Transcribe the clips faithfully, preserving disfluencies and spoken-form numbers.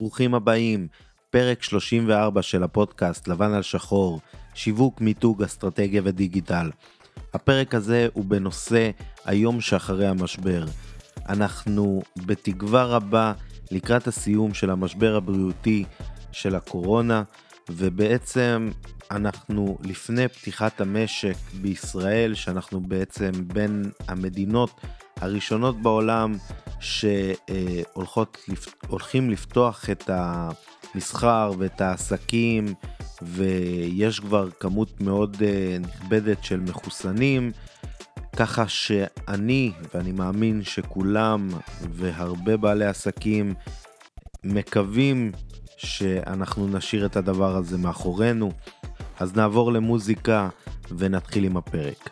ברוכים הבאים, פרק שלושים וארבע של הפודקאסט לבן על שחור, שיווק, מיתוג, אסטרטגיה ודיגיטל. הפרק הזה הוא בנושא היום שאחרי המשבר. אנחנו בתקווה רבה לקראת הסיום של המשבר הבריאותי של הקורונה, ובעצם אנחנו לפני פתיחת המשק בישראל, שאנחנו בעצם בין המדינות הראשונות בעולם שהולכים לפתוח את המסחר ואת העסקים, ויש כבר כמות מאוד נכבדת של מחוסנים, ככה שאני ואני מאמין שכולם והרבה בעלי עסקים מקווים שאנחנו נשאיר את הדבר הזה מאחורינו. אז נעבור למוזיקה ונתחיל עם הפרק.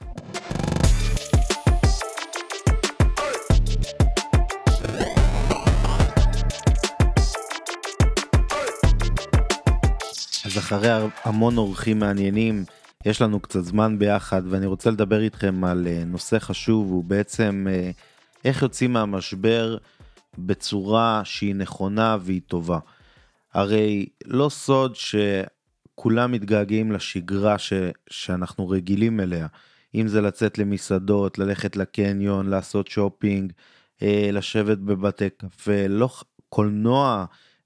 אז אחרי המון אורחים מעניינים, יש לנו קצת זמן ביחד, ואני רוצה לדבר איתכם על נושא חשוב, הוא בעצם איך יוצאים מהמשבר בצורה שהיא נכונה והיא טובה. הרי לא סוד שכולם מתגעגעים לשגרה ש... שאנחנו רגילים אליה, אם זה לצאת למסעדות, ללכת לקניון, לעשות שופינג, לשבת בבתי קפה, לא קולנוע,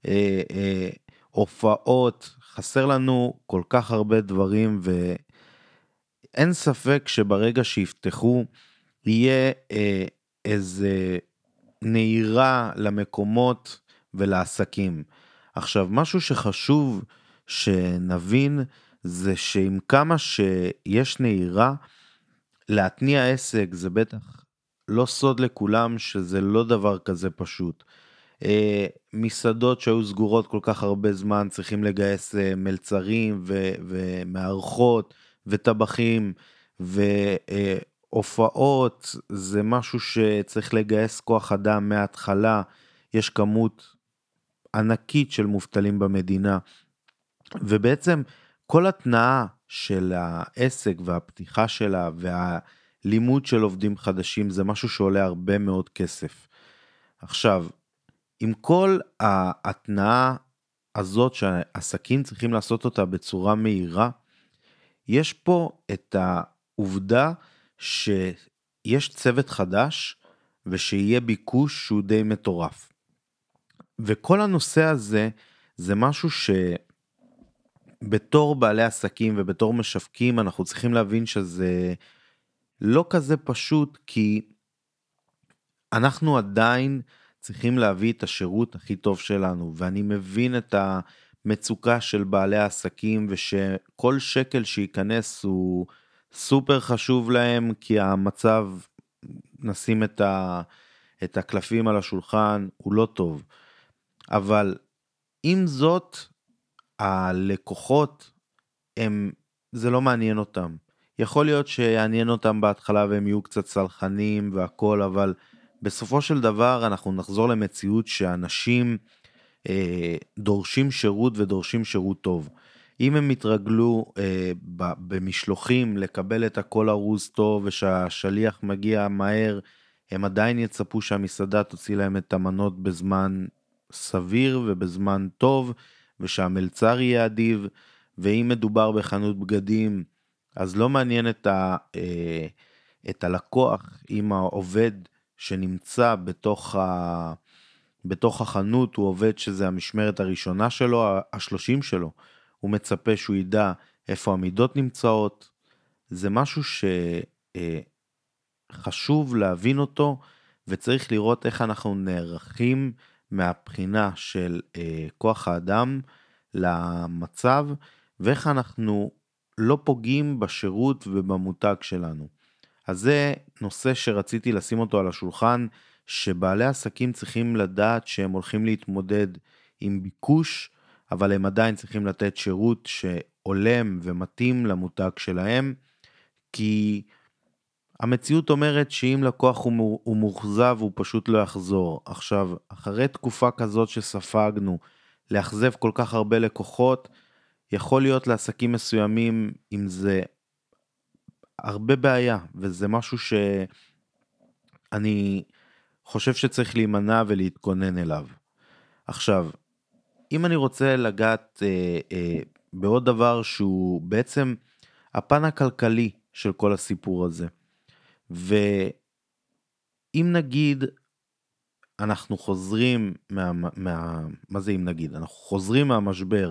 הופעות, חסר לנו כל כך הרבה דברים, ואין ספק שברגע שיפתחו, יהיה אה, איזה נהירה למקומות ולעסקים. עכשיו, משהו שחשוב שנבין, זה שעם כמה שיש נהירה, להתניע עסק, זה בטח לא סוד לכולם שזה לא דבר כזה פשוט. Uh, מסעדות שהיו סגורות כל כך הרבה זמן, צריכים לגייס uh, מלצרים ו- ומערכות וטבחים והופעות, uh, זה משהו שצריך לגייס כוח אדם מההתחלה, יש כמות ענקית של מובטלים במדינה, ובעצם כל התנאה של העסק והפתיחה שלה והלימוד של עובדים חדשים, זה משהו שעולה הרבה מאוד כסף. עכשיו, עם כל ההתנאה הזאת שהעסקים צריכים לעשות אותה בצורה מהירה, יש פה את העובדה שיש צוות חדש ושיהיה ביקוש שהוא די מטורף. וכל הנושא הזה זה משהו שבתור בעלי עסקים ובתור משווקים אנחנו צריכים להבין שזה לא כזה פשוט, כי אנחנו עדיין צריכים להביא את השירות הכי טוב שלנו, ואני מבין את המצוקה של בעלי העסקים, ושכל שקל שייכנס הוא סופר חשוב להם, כי המצב, נשים את, ה, את הקלפים על השולחן, הוא לא טוב. אבל עם זאת, הלקוחות, הם, זה לא מעניין אותם. יכול להיות שיעניין אותם בהתחלה, והם יהיו קצת סלחנים והכל, אבל בסופו של דבר אנחנו נחזור למציאות שאנשים אה, דורשים שירות ודורשים שירות טוב. אם הם מתרגלו אה, ב- במשלוחים לקבל את הכל ארוז טוב ושהשליח מגיע מהר, הם עדיין יצפו שהמסעדה תוציא להם את המנות בזמן סביר ובזמן טוב, ושהמלצר יהיה אדיב. ואם מדובר בחנות בגדים, אז לא מעניין את, ה, אה, את הלקוח אם העובד שנמצא בתוך, ה... בתוך החנות, הוא עובד שזה המשמרת הראשונה שלו, השלושים שלו, הוא מצפה שהוא ידע איפה המידות נמצאות. זה משהו שחשוב להבין אותו, וצריך לראות איך אנחנו נערכים מהבחינה של כוח האדם למצב, ואיך אנחנו לא פוגעים בשירות ובמותג שלנו. אז זה נושא שרציתי לשים אותו על השולחן, שבעלי עסקים צריכים לדעת שהם הולכים להתמודד עם ביקוש, אבל הם עדיין צריכים לתת שירות שעולם ומתאים למותג שלהם, כי המציאות אומרת שאם לקוח הוא מוחזב, הוא פשוט לא יחזור. עכשיו, אחרי תקופה כזאת שספגנו, לאכזב כל כך הרבה לקוחות, יכול להיות לעסקים מסוימים אם זה הרבה בעיה, וזה משהו שאני חושב שצריך להימנע ולהתכונן אליו. עכשיו, אם אני רוצה לגעת אה, אה, בעוד דבר שהוא בעצם הפן הכלכלי של כל הסיפור הזה, ואם נגיד אנחנו חוזרים מה, מה, מה זה אם נגיד? אנחנו חוזרים מהמשבר,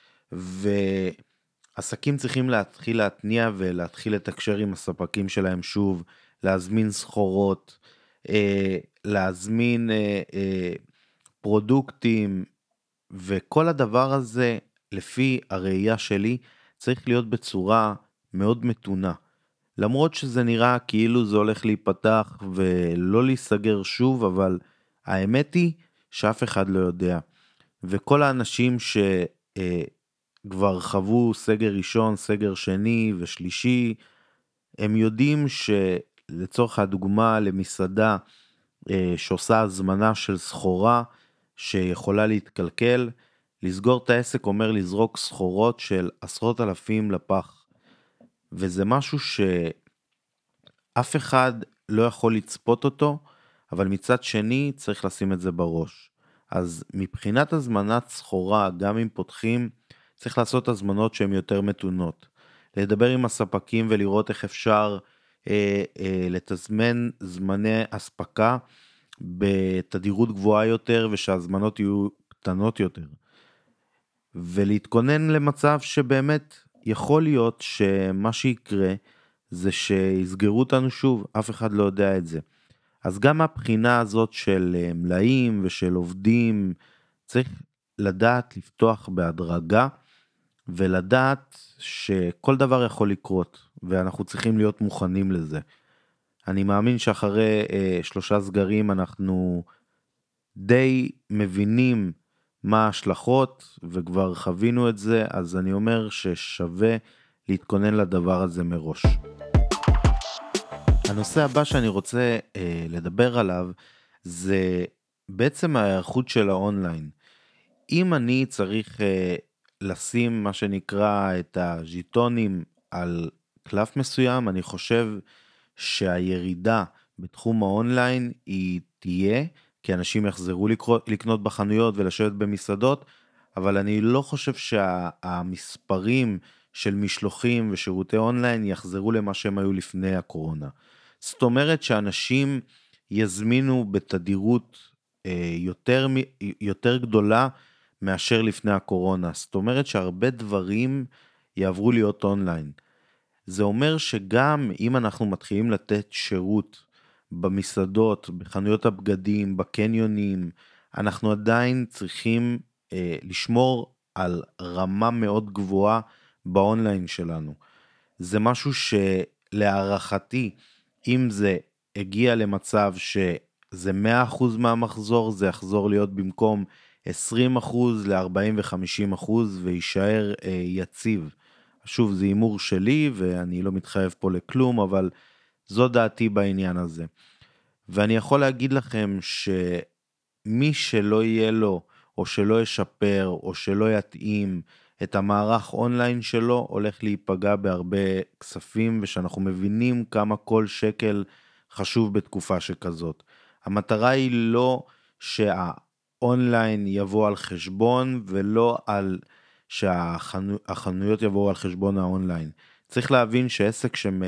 ועסקים צריכים להתחיל להתניע ולהתחיל לתקשר עם הספקים שלהם שוב, להזמין סחורות, אה, להזמין אה, אה, פרודוקטים, וכל הדבר הזה, לפי הראייה שלי, צריך להיות בצורה מאוד מתונה. למרות שזה נראה כאילו זה הולך להיפתח ולא להיסגר שוב, אבל האמת היא שאף אחד לא יודע. וכל האנשים שכבר חוו סגר ראשון, סגר שני ושלישי, הם יודעים שלצורך הדוגמה למסעדה אה, שעושה הזמנה של סחורה שיכולה להתקלקל, לסגור את העסק אומר לזרוק סחורות של עשרות אלפים לפח. וזה משהו שאף אחד לא יכול לצפות אותו, אבל מצד שני צריך לשים את זה בראש. אז מבחינת הזמנת סחורה, גם אם פותחים, צריך לעשות הזמנות שהן יותר מתונות. לדבר עם הספקים ולראות איך אפשר אה, אה, לתזמן זמני הספקה בתדירות גבוהה יותר, ושהזמנות יהיו קטנות יותר. ולהתכונן למצב שבאמת יכול להיות שמה שיקרה זה שיסגרו אותנו שוב, אף אחד לא יודע את זה. אז גם הבחינה הזאת של אה, מלאים ושל עובדים, צריך לדעת לפתוח בהדרגה, ולדעת שכל דבר יכול לקרות, ואנחנו צריכים להיות מוכנים לזה. אני מאמין שאחרי אה, שלושה סגרים אנחנו די מבינים מה ההשלכות, וכבר חווינו את זה, אז אני אומר ששווה להתכונן לדבר הזה מראש. הנושא הבא שאני רוצה אה, לדבר עליו, זה בעצם ההיערכות של האונליין. אם אני צריך אה, לשים מה שנקרא את הז'יטונים על קלף מסוים, אני חושב שהירידה בתחום האונליין היא תהיה, כי אנשים יחזרו לקרות, לקנות בחנויות ולשבת במסעדות, אבל אני לא חושב שהמספרים של משלוחים ושירותי אונליין יחזרו למה שהם היו לפני הקורונה. זאת אומרת שאנשים יזמינו בתדירות אה, יותר, יותר גדולה מאשר לפני הקורונה. זאת אומרת שהרבה דברים יעברו להיות אונליין. זה אומר שגם אם אנחנו מתחילים לתת שירות במסעדות, בחנויות הבגדים, בקניונים, אנחנו עדיין צריכים אה, לשמור על רמה מאוד גבוהה באונליין שלנו. זה משהו שלהערכתי, אם זה הגיע למצב שזה מאה אחוז מהמחזור, זה יחזור להיות במקום עשרים אחוז ל-ארבעים ו-חמישים אחוז וישאר אה, יציב. שוב, זה אימור שלי ואני לא מתחייב פה לכלום, אבל זו דעתי בעניין הזה. ואני יכול להגיד לכם שמי שלא יהיה לו, או שלא ישפר, או שלא יתאים את המערך אונליין שלו, הולך להיפגע בהרבה כספים, ושאנחנו מבינים כמה כל שקל חשוב בתקופה שכזאת. המטרה היא לא שהאונליין יבוא על חשבון, ולא על שהחנויות יבואו על חשבון האונליין. צריך להבין שעסק שמ...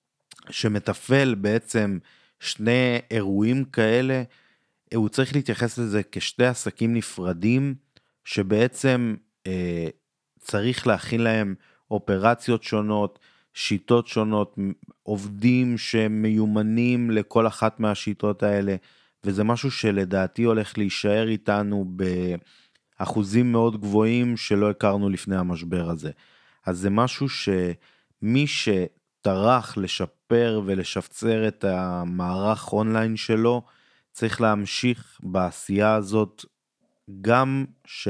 שמטפל בעצם שני אירועים כאלה, הוא צריך להתייחס לזה כשתי עסקים נפרדים, שבעצם אה, צריך להכין להם אופרציות שונות, שיטות שונות, עובדים שמיומנים לכל אחת מהשיטות האלה, וזה משהו שלדעתי הולך להישאר איתנו באחוזים מאוד גבוהים שלא הכרנו לפני המשבר הזה. אז זה משהו שמי שטרח לשפר ולשפצר את המערך אונליין שלו, צריך להמשיך בעשייה הזאת, גם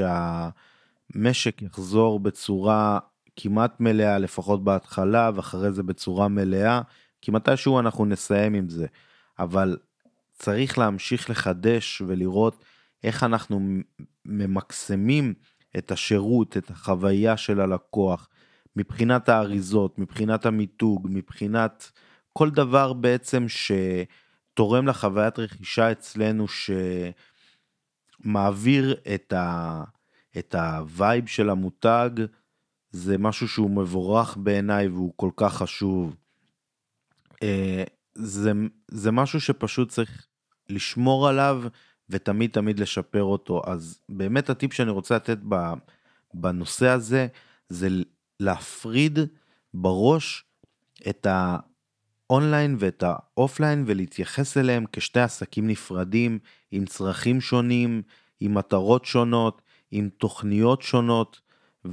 שהמשק יחזור בצורה כמעט מלאה, לפחות בהתחלה, ואחרי זה בצורה מלאה, כי מתישהו אנחנו נסיים עם זה. אבל צריך להמשיך לחדש ולראות איך אנחנו ממקסמים את השירות, את החוויה של הלקוח, מבחינת האריזות, מבחינת המיתוג, מבחינת כל דבר בעצם שתורם לחוויית רכישה אצלנו, שמעביר את, ה... את הווייב של המותג, זה משהו שהוא מבורך בעיניי והוא כל כך חשוב. אה, זה, זה משהו שפשוט צריך לשמור עליו ותמיד תמיד לשפר אותו. אז באמת הטיפ שאני רוצה לתת ב, בנושא הזה, זה להפריד בראש את האונליין ואת האופליין ולהתייחס אליהם כשתי עסקים נפרדים, עם צרכים שונים, עם מטרות שונות, עם תוכניות שונות,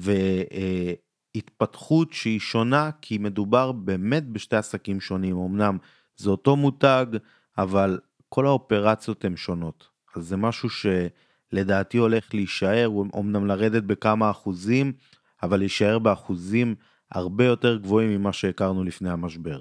והתפתחות שהיא שונה, כי מדובר באמת בשתי עסקים שונים. אמנם זה אותו מותג, אבל כל האופרציות הן שונות. אז זה משהו שלדעתי הולך להישאר, אמנם לרדת בכמה אחוזים, אבל להישאר באחוזים הרבה יותר גבוהים ממה שהכרנו לפני המשבר.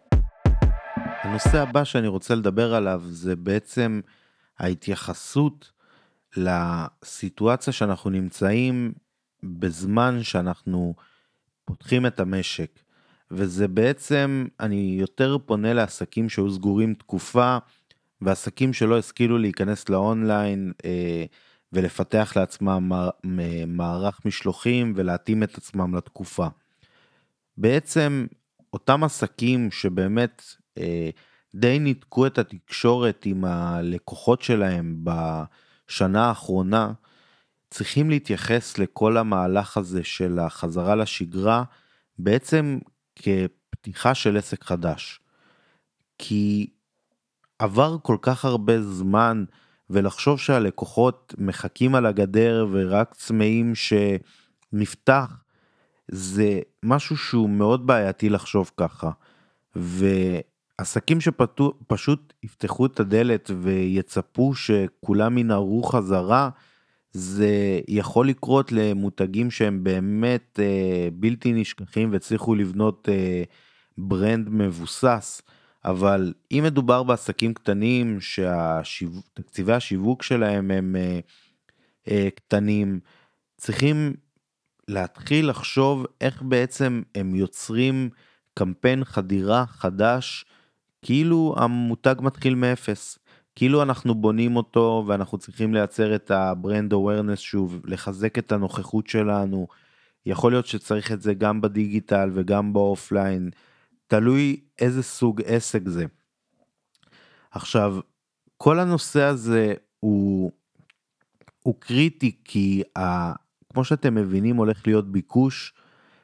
הנושא הבא שאני רוצה לדבר עליו זה בעצם ההתייחסות לסיטואציה שאנחנו נמצאים בזמן שאנחנו פותחים את המשק. וזה בעצם, אני יותר פונה לעסקים שהיו סגורים תקופה, ועסקים שלא השכילו להיכנס לאונליין אה, ולפתח לעצמם מערך משלוחים ולהתאים את עצמם לתקופה. בעצם אותם עסקים שבאמת אה, די ניתקו את התקשורת עם הלקוחות שלהם בשנה האחרונה, צריכים להתייחס לכל המהלך הזה של החזרה לשגרה, בעצם כפתיחה של עסק חדש. כי עבר כל כך הרבה זמן, ולחשוב שהלקוחות מחכים על הגדר ורק צמאים שנפתח, זה משהו שהוא מאוד בעייתי לחשוב ככה. ועסקים שפשוט יפתחו את הדלת ויצפו שכולם ינערו חזרה, זה יכול לקרות למותגים שהם באמת אה, בלתי נשכחים והצליחו לבנות אה, ברנד מבוסס. אבל אם מדובר בעסקים קטנים שתקציבי השיווק שלהם הם אה, אה, קטנים, צריכים להתחיל לחשוב איך בעצם הם יוצרים קמפיין חדירה חדש, כאילו המותג מתחיל מאפס, כאילו אנחנו בונים אותו ואנחנו צריכים לייצר את הברנד אווירנס שוב, לחזק את הנוכחות שלנו. יכול להיות שצריך את זה גם בדיגיטל וגם באופליין, תלוי איזה סוג עסק זה. עכשיו, כל הנושא הזה הוא, הוא קריטי, כי ה, כמו שאתם מבינים הולך להיות ביקוש,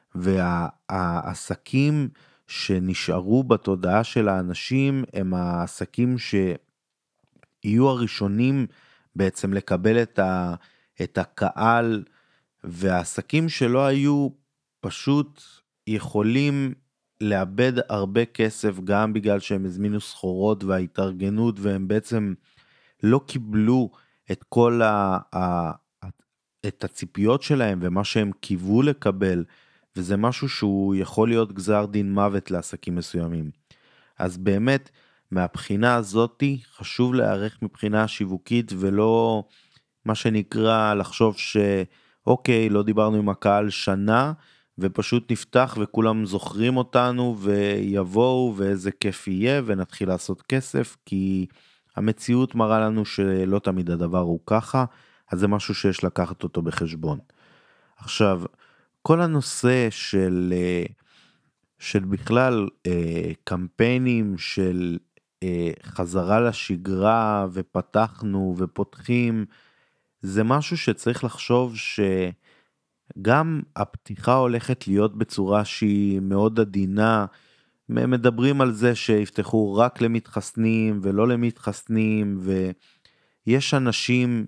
והעסקים שנשארו בתודעה של האנשים הם העסקים שיהיו הראשונים בעצם לקבל את, ה, את הקהל, והעסקים שלא היו פשוט יכולים לאבד הרבה כסף גם בגלל שהם הזמינו סחורות וההתארגנות, והם בעצם לא קיבלו את כל ה, ה, את הציפיות שלהם ומה שהם קיוו לקבל, וזה משהו שהוא יכול להיות גזר דין מוות לעסקים מסוימים. אז באמת מהבחינה הזאת חשוב להיערך מבחינה שיווקית, ולא מה שנקרא לחשוב שאוקיי, לא דיברנו עם הקהל שנה ופשוט נפתח וכולם זוכרים אותנו ויבואו ואיזה כיף יהיה ונתחיל לעשות כסף, כי המציאות מראה לנו שלא תמיד הדבר הוא ככה. אז זה משהו שיש לקחת אותו בחשבון. עכשיו, כל הנושא של, של בכלל קמפיינים של חזרה לשגרה ופתחנו ופותחים, זה משהו שצריך לחשוב שגם הפתיחה הולכת להיות בצורה שהיא מאוד עדינה. מדברים על זה שיפתחו רק למתחסנים ולא למתחסנים, ויש אנשים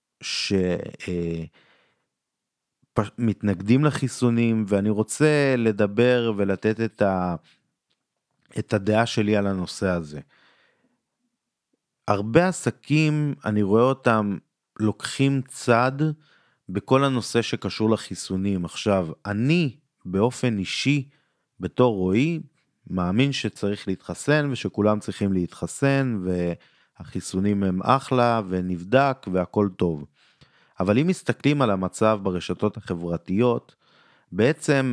שמתנגדים לחיסונים, ואני רוצה לדבר ולתת את, ה... את הדעה שלי על הנושא הזה. הרבה עסקים, אני רואה אותם לוקחים צד בכל הנושא שקשור לחיסונים. עכשיו, אני באופן אישי, בתור רועי, מאמין שצריך להתחסן ושכולם צריכים להתחסן, והחיסונים הם אחלה ונבדק והכל טוב. אבל אם מסתכלים על המצב ברשתות החברתיות, בעצם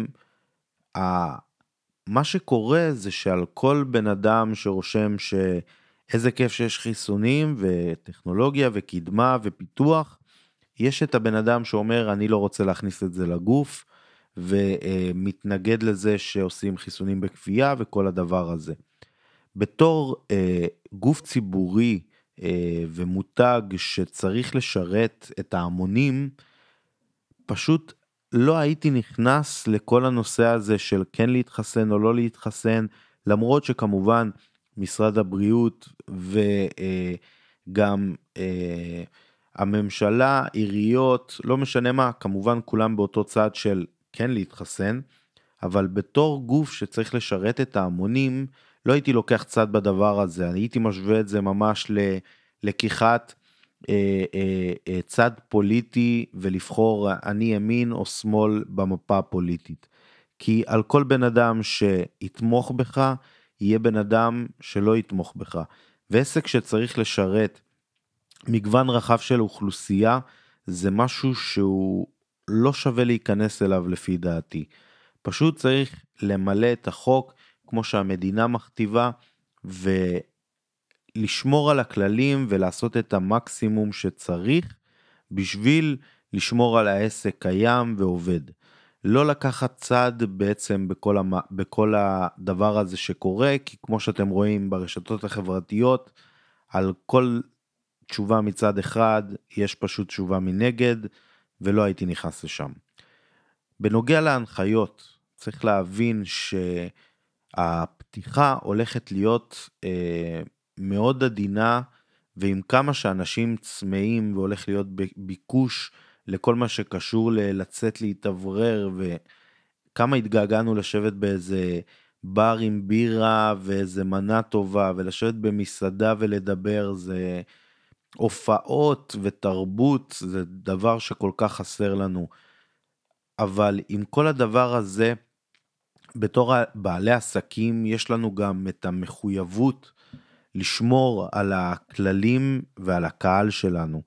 מה שקורה זה שעל כל בן אדם שרושם שאיזה כיף שיש חיסונים וטכנולוגיה וקדמה ופיתוח, יש את הבן אדם שאומר אני לא רוצה להכניס את זה לגוף, ומתנגד לזה שעושים חיסונים בכפייה וכל הדבר הזה. בתור אה, גוף ציבורי אה, ומותג שצריך לשרת את ההמונים, פשוט לא הייתי נכנס לכל הנושא הזה של כן להתחסן או לא להתחסן, למרות שכמובן משרד הבריאות וגם אה, הממשלה, עיריות, לא משנה מה, כמובן כולם באותו צד של כן להתחסן, אבל בתור גוף שצריך לשרת את ההמונים, לא הייתי לוקח צד בדבר הזה, אני הייתי משווה את זה ממש ללקיחת אה, אה, אה, צד פוליטי ולבחור אני ימין או שמאל במפה הפוליטית. כי על כל בן אדם שיתמוך בך, יהיה בן אדם שלא יתמוך בך. ועסק שצריך לשרת מגוון רחב של אוכלוסייה, זה משהו שהוא לא שווה להיכנס אליו לפי דעתי. פשוט צריך למלא את החוק כמו שהמדינה מכתיבה, ולשמור על הכללים ולעשות את המקסימום שצריך, בשביל לשמור על העסק קיים ועובד. לא לקחת צד בעצם בכל, המ... בכל הדבר הזה שקורה, כי כמו שאתם רואים ברשתות החברתיות, על כל תשובה מצד אחד, יש פשוט תשובה מנגד, ולא הייתי נכנס לשם. בנוגע להנחיות, צריך להבין שהפתיחה הולכת להיות אה, מאוד עדינה, ועם כמה שאנשים צמאים והולך להיות ביקוש לכל מה שקשור לצאת להתאוורר, וכמה התגעגענו לשבת באיזה בר עם בירה ואיזה מנה טובה, ולשבת במסעדה ולדבר, זה הופעות ותרבות, זה דבר שכל כך חסר לנו. אבל עם כל הדבר הזה, בתור בעלי עסקים, יש לנו גם את המחויבות לשמור על הכללים ועל הקהל שלנו.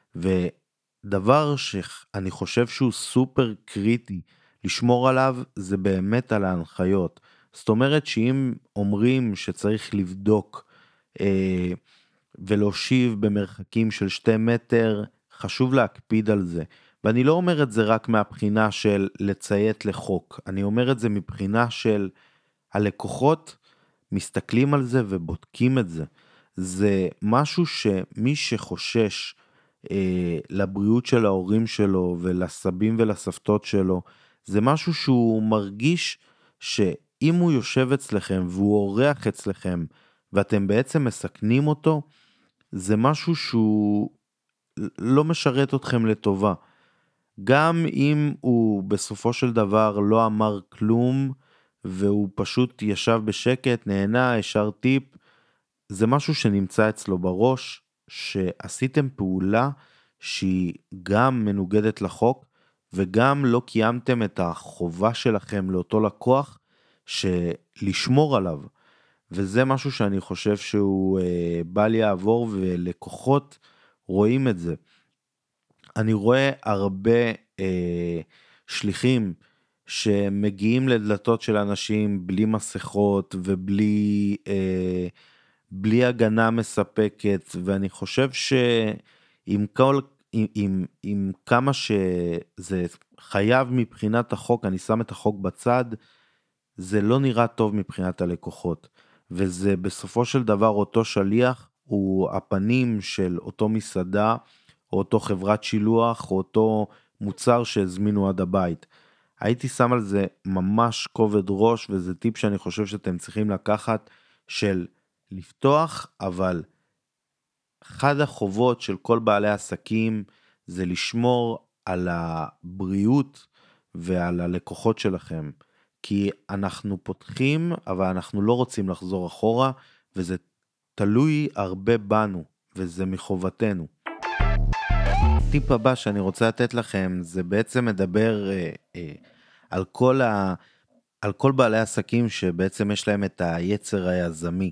ודבר שאני חושב שהוא סופר קריטי לשמור עליו, זה באמת על ההנחיות. זאת אומרת שאם אומרים שצריך לבדוק אה, ולהושיב במרחקים של שתי מטר, חשוב להקפיד על זה. ואני לא אומר את זה רק מהבחינה של לציית לחוק, אני אומר את זה מבחינה של הלקוחות מסתכלים על זה ובודקים את זה. זה משהו שמי שחושש אה, לבריאות של ההורים שלו ולסבים ולסבתות שלו, זה משהו שהוא מרגיש שאם הוא יושב אצלכם והוא אורח אצלכם ואתם בעצם מסכנים אותו, זה משהו שהוא לא משרת אתכם לטובה. גם אם הוא בסופו של דבר לא אמר כלום, והוא פשוט ישב בשקט, נהנה, השאר טיפ, זה משהו שנמצא אצלו בראש, שעשיתם פעולה שהיא גם מנוגדת לחוק, וגם לא קיימתם את החובה שלכם לאותו לקוח, שלשמור עליו. וזה משהו שאני חושב שהוא אה, בל יעבור, ולקוחות רואים את זה. אני רואה הרבה אה, שליחים שמגיעים לדלתות של אנשים בלי מסכות ובלי אה, בלי הגנה מספקת, ואני חושב שעם כל, עם, עם, עם כמה שזה חייב מבחינת החוק, אני שם את החוק בצד, זה לא נראה טוב מבחינת הלקוחות, וזה בסופו של דבר אותו שליח, הוא הפנים של אותו מסעדה, או אותו חברת שילוח, או אותו מוצר שהזמינו עד הבית. הייתי שם על זה ממש כובד ראש, וזה טיפ שאני חושב שאתם צריכים לקחת, של לפתוח, אבל אחד החובות של כל בעלי עסקים, זה לשמור על הבריאות ועל הלקוחות שלכם. כי אנחנו פותחים, אבל אנחנו לא רוצים לחזור אחורה, וזה תלוי הרבה בנו, וזה מחובתנו. הטיפ הבא שאני רוצה לתת לכם, זה בעצם מדבר אה, אה, על כל ה... על כל בעלי עסקים שבעצם יש להם את היצר היזמי.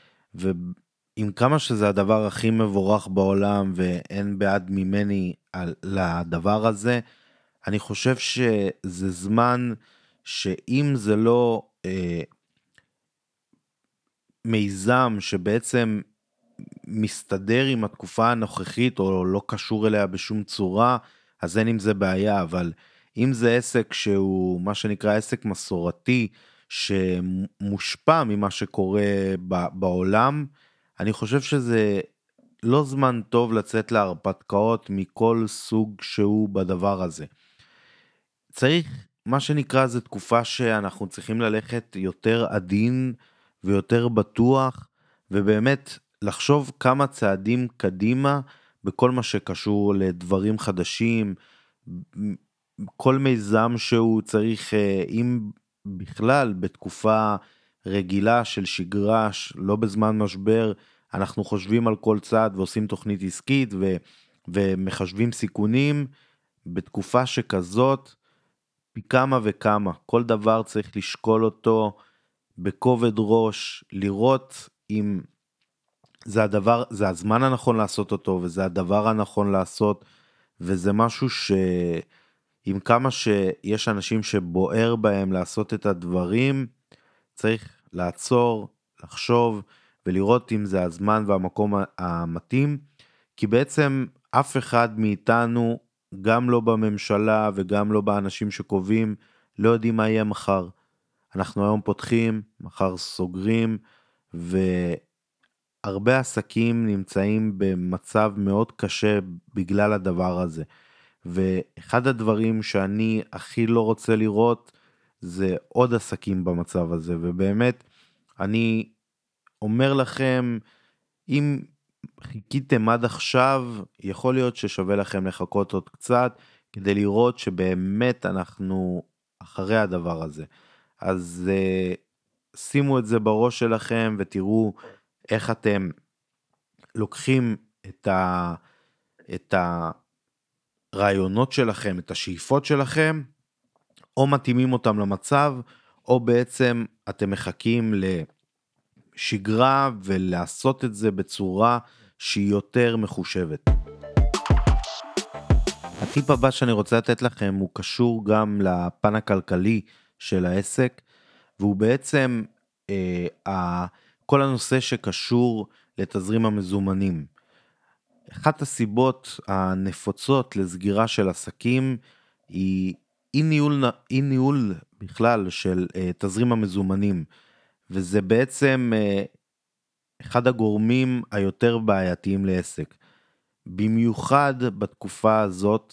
ועם כמה שזה הדבר הכי מבורך בעולם, ואין בעד ממני על, לדבר הזה, אני חושב שזה זמן שאם זה לא אה, מיזם שבעצם מסתדר עם התקופה הנוכחית או לא קשור אליה בשום צורה, אז אין עם זה בעיה, אבל אם זה עסק שהוא מה שנקרא עסק מסורתי, שמושפע ממה שקורה בעולם, אני חושב שזה לא זמן טוב לצאת להרפתקאות מכל סוג שהוא בדבר הזה. צריך, מה שנקרא, זה תקופה שאנחנו צריכים ללכת יותר עדין ויותר בטוח, ובאמת לחשוב כמה צעדים קדימה בכל מה שקשור לדברים חדשים, כל מיזם שהוא צריך, אם בכלל בתקופה רגילה של שגרה, לא בזמן משבר, אנחנו חושבים על כל צעד ועושים תוכנית עסקית ו, ומחשבים סיכונים, בתקופה שכזאת, פי כמה וכמה, כל דבר צריך לשקול אותו בכובד ראש, לראות אם זה הדבר, זה הזמן הנכון לעשות אותו, וזה הדבר הנכון לעשות, וזה משהו שעם כמה שיש אנשים שבוער בהם לעשות את הדברים, צריך לעצור, לחשוב, ולראות אם זה הזמן והמקום המתאים, כי בעצם אף אחד מאיתנו, גם לא בממשלה וגם לא באנשים שקובעים, לא יודעים מה יהיה מחר. אנחנו היום פותחים, מחר סוגרים, והרבה עסקים נמצאים במצב מאוד קשה בגלל הדבר הזה. ואחד הדברים שאני הכי לא רוצה לראות, זה עוד עסקים במצב הזה, ובאמת, אני אומר לכם, אם חיכיתם עד עכשיו, יכול להיות ששווה לכם לחכות עוד קצת, כדי לראות שבאמת אנחנו אחרי הדבר הזה. אז uh, שימו את זה בראש שלכם, ותראו איך אתם לוקחים את, ה, את הרעיונות שלכם, את השאיפות שלכם, או מתאימים אותם למצב, או בעצם אתם מחכים לשגרה, ולעשות את זה בצורה שהיא יותר מחושבת. הטיפ הבא שאני רוצה לתת לכם הוא קשור גם לפן הכלכלי של העסק, והוא בעצם אה, כל הנושא שקשור לתזרים המזומנים. אחת הסיבות הנפוצות לסגירה של עסקים היא אי ניהול, אי ניהול בכלל של אה, תזרים המזומנים, וזה בעצם אה, אחד הגורמים היותר בעייתיים לעסק. במיוחד בתקופה הזאת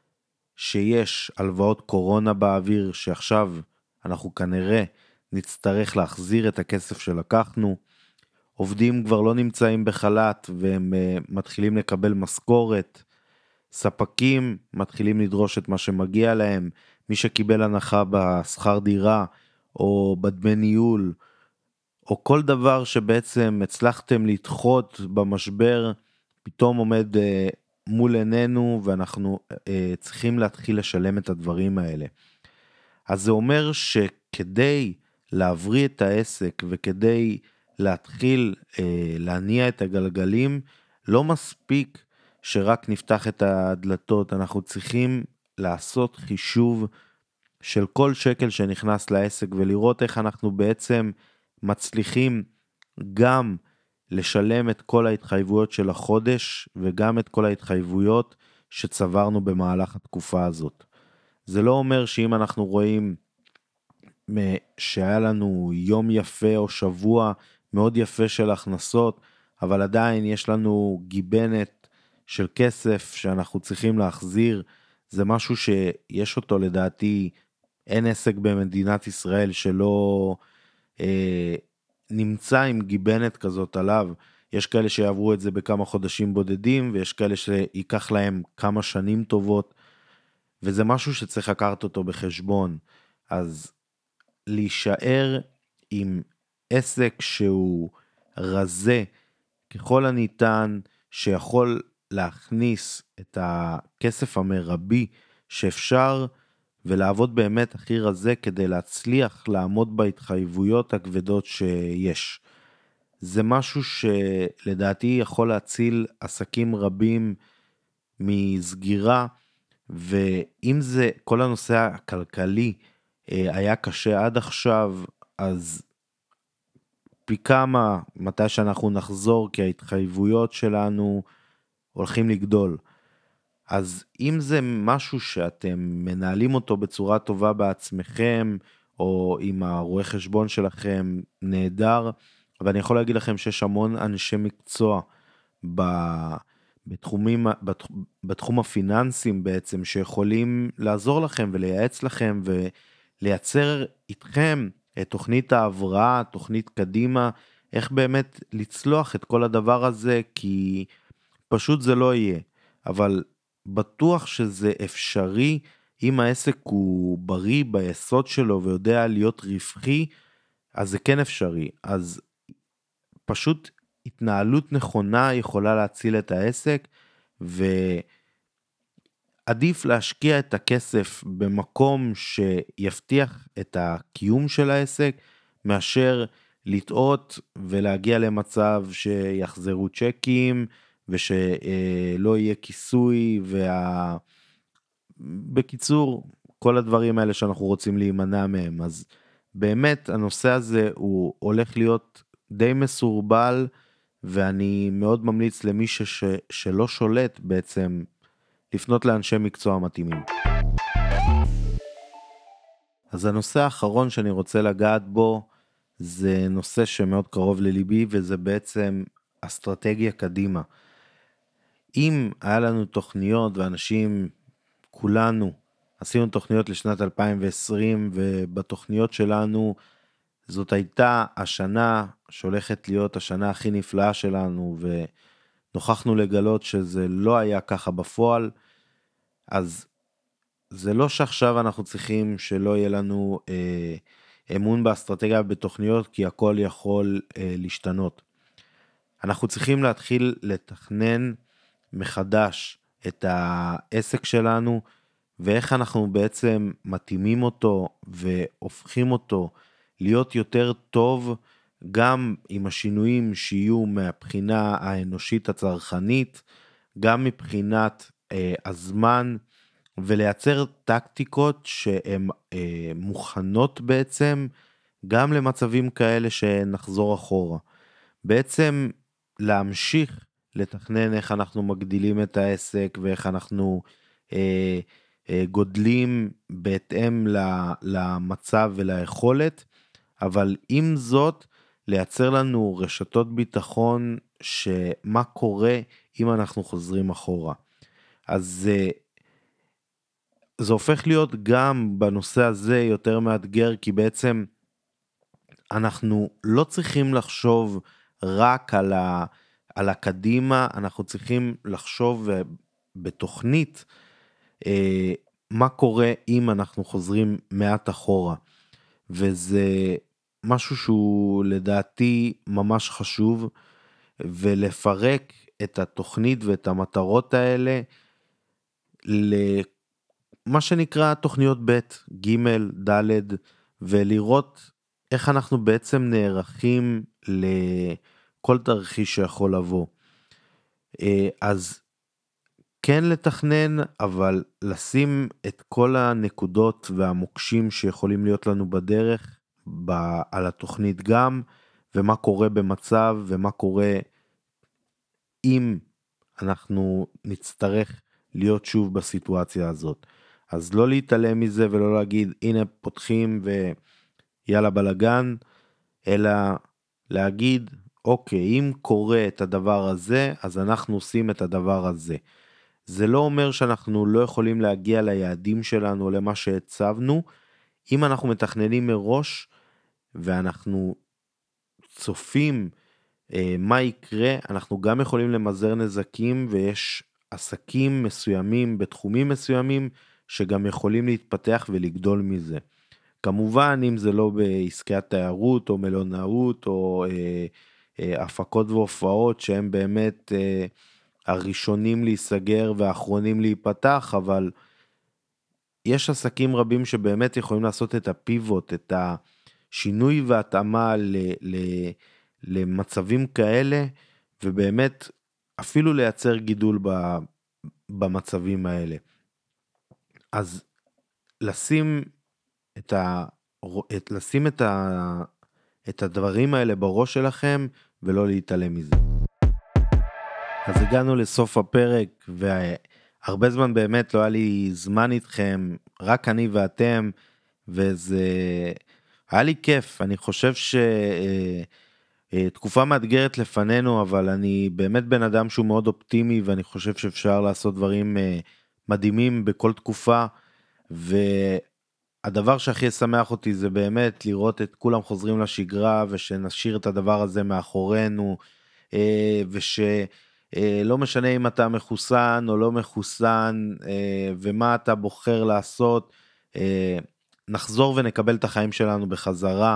שיש הלוואות קורונה באוויר, שעכשיו אנחנו כנראה נצטרך להחזיר את הכסף שלקחנו, עובדים כבר לא נמצאים בחל"ת והם uh, מתחילים לקבל משכורת, ספקים מתחילים לדרוש את מה שמגיע להם, מי שקיבל הנחה בשכר דירה או בדמי ניהול, או כל דבר שבעצם הצלחתם לדחות במשבר, פתאום עומד uh, מול עינינו, ואנחנו uh, צריכים להתחיל לשלם את הדברים האלה. אז זה אומר שכדי להבריא את העסק, וכדי להתחיל uh, להניע את הגלגלים, לא מספיק שרק נפתח את הדלתות, אנחנו צריכים לעשות חישוב של כל שקל שנכנס לעסק, ולראות איך אנחנו בעצם מצליחים גם לשלם את כל ההתחייבויות של החודש, וגם את כל ההתחייבויות שצברנו במהלך התקופה הזאת. זה לא אומר שאם אנחנו רואים שהיה לנו יום יפה או שבוע מאוד יפה של הכנסות, אבל עדיין יש לנו גיבנת של כסף שאנחנו צריכים להחזיר, זה משהו שיש אותו לדעתי, אין עסק במדינת ישראל שלא אה, נמצא עם גיבנת כזאת עליו. יש כאלה שיעברו את זה בכמה חודשים בודדים, ויש כאלה שיקח להם כמה שנים טובות, וזה משהו שצריך לקחת אותו בחשבון. אז להישאר עם עסק שהוא רזה ככל הניתן, שיכול להכניס את הכסף המרבי שאפשר, ולעבוד באמת הכי רזה כדי להצליח לעמוד בהתחייבויות הכבדות שיש. זה משהו שלדעתי יכול להציל עסקים רבים מסגירה, ואם זה כל הנושא הכלכלי היה קשה עד עכשיו, אז פי כמה מתי שאנחנו נחזור, כי ההתחייבויות שלנו הולכים לגדול. אז אם זה משהו שאתם מנהלים אותו בצורה טובה בעצמכם, או עם הרואה חשבון שלכם, נהדר, אבל אני יכול להגיד לכם שיש המון אנשי מקצוע ב- בתחומים, בתח- בתחום הפיננסים בעצם, שיכולים לעזור לכם ולייעץ לכם ולייצר איתכם את תוכנית ההבראה, תוכנית קדימה, איך באמת לצלוח את כל הדבר הזה, כי פשוט זה לא יהיה. אבל בטוח שזה אפשרי, אם העסק הוא בריא ביסוד שלו ויודע להיות רווחי, אז זה כן אפשרי. אז פשוט התנהלות נכונה יכולה להציל את העסק, ועדיף להשקיע את הכסף במקום שיבטיח את הקיום של העסק, מאשר לטעות ולהגיע למצב שיחזרו צ'קים, ושלא יהיה כיסוי, וה... בקיצור, כל הדברים האלה שאנחנו רוצים להימנע מהם. אז באמת הנושא הזה הוא הולך להיות די מסורבל, ואני מאוד ממליץ למי ש... שלא שולט בעצם לפנות לאנשי מקצוע מתאימים. אז הנושא האחרון שאני רוצה לגעת בו, זה נושא שמאוד קרוב לליבי, וזה בעצם אסטרטגיה קדימה. אם היה לנו תוכניות, ואנשים, כולנו, עשינו תוכניות לשנת אלפיים ועשרים, ובתוכניות שלנו זאת הייתה השנה שהולכת להיות השנה הכי נפלאה שלנו, ונוכחנו לגלות שזה לא היה ככה בפועל, אז זה לא שעכשיו אנחנו צריכים שלא יהיה לנו אה, אמון באסטרטגיה בתוכניות, כי הכל יכול אה, להשתנות. אנחנו צריכים להתחיל לתכנן מחדש את העסק שלנו, ואיך אנחנו בעצם מתאימים אותו והופכים אותו להיות יותר טוב, גם עם השינויים שיהיו מהבחינה האנושית הצרכנית, גם מבחינת אה, הזמן, ולייצר טקטיקות שהן אה, מוכנות בעצם, גם למצבים כאלה שנחזור אחורה. בעצם להמשיך לתכנן איך אנחנו מגדילים את העסק, ואיך אנחנו אה, אה, גודלים בהתאם למצב וליכולת, אבל עם זאת לייצר לנו רשתות ביטחון שמה קורה אם אנחנו חוזרים אחורה. אז אה, זה הופך להיות גם בנושא הזה יותר מאתגר, כי בעצם אנחנו לא צריכים לחשוב רק על, ה, על הקדימה, אנחנו צריכים לחשוב בתוכנית אה, מה קורה אם אנחנו חוזרים מעט אחורה, וזה משהו שהוא לדעתי ממש חשוב, ולפרק את התוכנית ואת המטרות האלה למה שנקרא תוכניות ב', ג', ד', ולראות איך אנחנו בעצם נערכים לכל תרחיש שיכול לבוא. אז כן לתכנן, אבל לשים את כל הנקודות והמוקשים שיכולים להיות לנו בדרך ב- על התוכנית גם, ומה קורה במצב, ומה קורה אם אנחנו נצטרך להיות שוב בסיטואציה הזאת. אז לא להתעלם מזה ולא להגיד הנה פותחים ויאללה בלגן, אלא להגיד אוקיי, אם קורה את הדבר הזה, אז אנחנו עושים את הדבר הזה. זה לא אומר שאנחנו לא יכולים להגיע ליעדים שלנו, למה שהצבנו, אם אנחנו מתכננים מראש, ואנחנו צופים אה, מה יקרה, אנחנו גם יכולים למזער נזקים, ויש עסקים מסוימים, בתחומים מסוימים, שגם יכולים להתפתח ולגדול מזה. כמובן, אם זה לא בעסקי התיירות, או מלונאות, או אה, אה, הפקות והופעות, שהם באמת אה, הראשונים להיסגר והאחרונים להיפתח, אבל יש עסקים רבים שבאמת יכולים לעשות את הפיבוט, את השינוי והתאמה ל, ל, למצבים כאלה, ובאמת אפילו לייצר גידול ב, במצבים האלה. אז לשים את ה... את, לשים את את הדברים האלה בראש שלכם ולא להתעלם מזה. אז הגענו לסוף הפרק, והרבה זמן באמת לא היה לי זמן איתכם, רק אני ואתם, וזה היה לי כיף. אני חושב שתקופה מאתגרת לפנינו, אבל אני באמת בן אדם שהוא מאוד אופטימי, ואני חושב שאפשר לעשות דברים מדהימים בכל תקופה, והדבר שהכי ישמח אותי זה באמת לראות את כולם חוזרים לשגרה, ושנשאיר את הדבר הזה מאחורינו, ושלא משנה אם אתה מחוסן או לא מחוסן, ומה אתה בוחר לעשות, נחזור ונקבל את החיים שלנו בחזרה.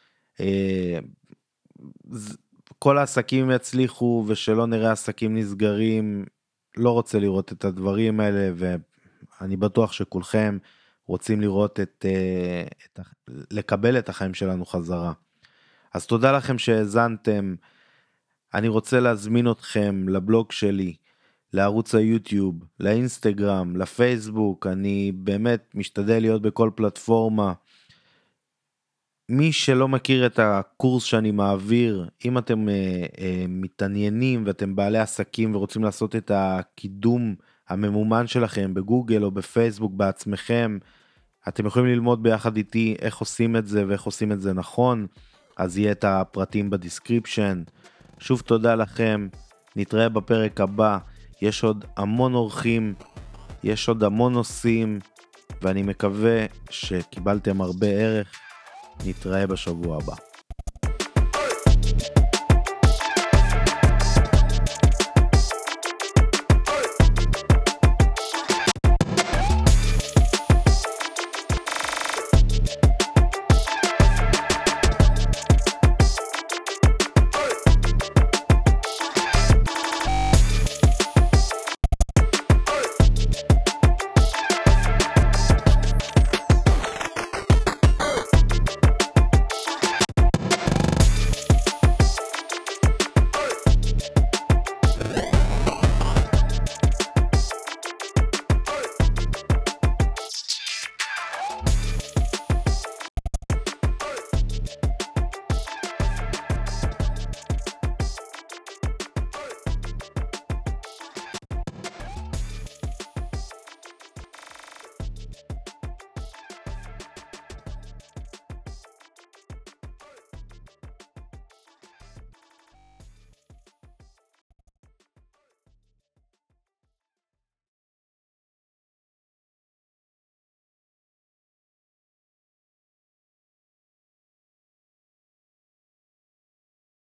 כל העסקים יצליחו, ושלא נראה עסקים נסגרים. לא רוצה לראות את הדברים האלה, ואני בטוח שכולכם רוצים לראות את, את לקבל את החיים שלנו חזרה. אז תודה לכם שהאזנתם. אני רוצה להזמין אתכם לבלוג שלי, לערוץ היוטיוב, לאינסטגרם, לפייסבוק. אני באמת משתדל להיות בכל פלטפורמה. מי שלא מכיר את הקורס שאני מעביר, אם אתם אה, אה, מתעניינים ואתם בעלי עסקים ורוצים לעשות את הקידום הממומן שלכם בגוגל או בפייסבוק בעצמכם, אתם יכולים ללמוד ביחד איתי איך עושים את זה ואיך עושים את זה נכון. אז יהיה את הפרטים בדיסקריפשן. שוב תודה לכם, נתראה בפרק הבא. יש עוד המון אורחים, יש עוד המון נושאים, ואני מקווה שקיבלתם הרבה ערך. נתראה בשבוע הבא.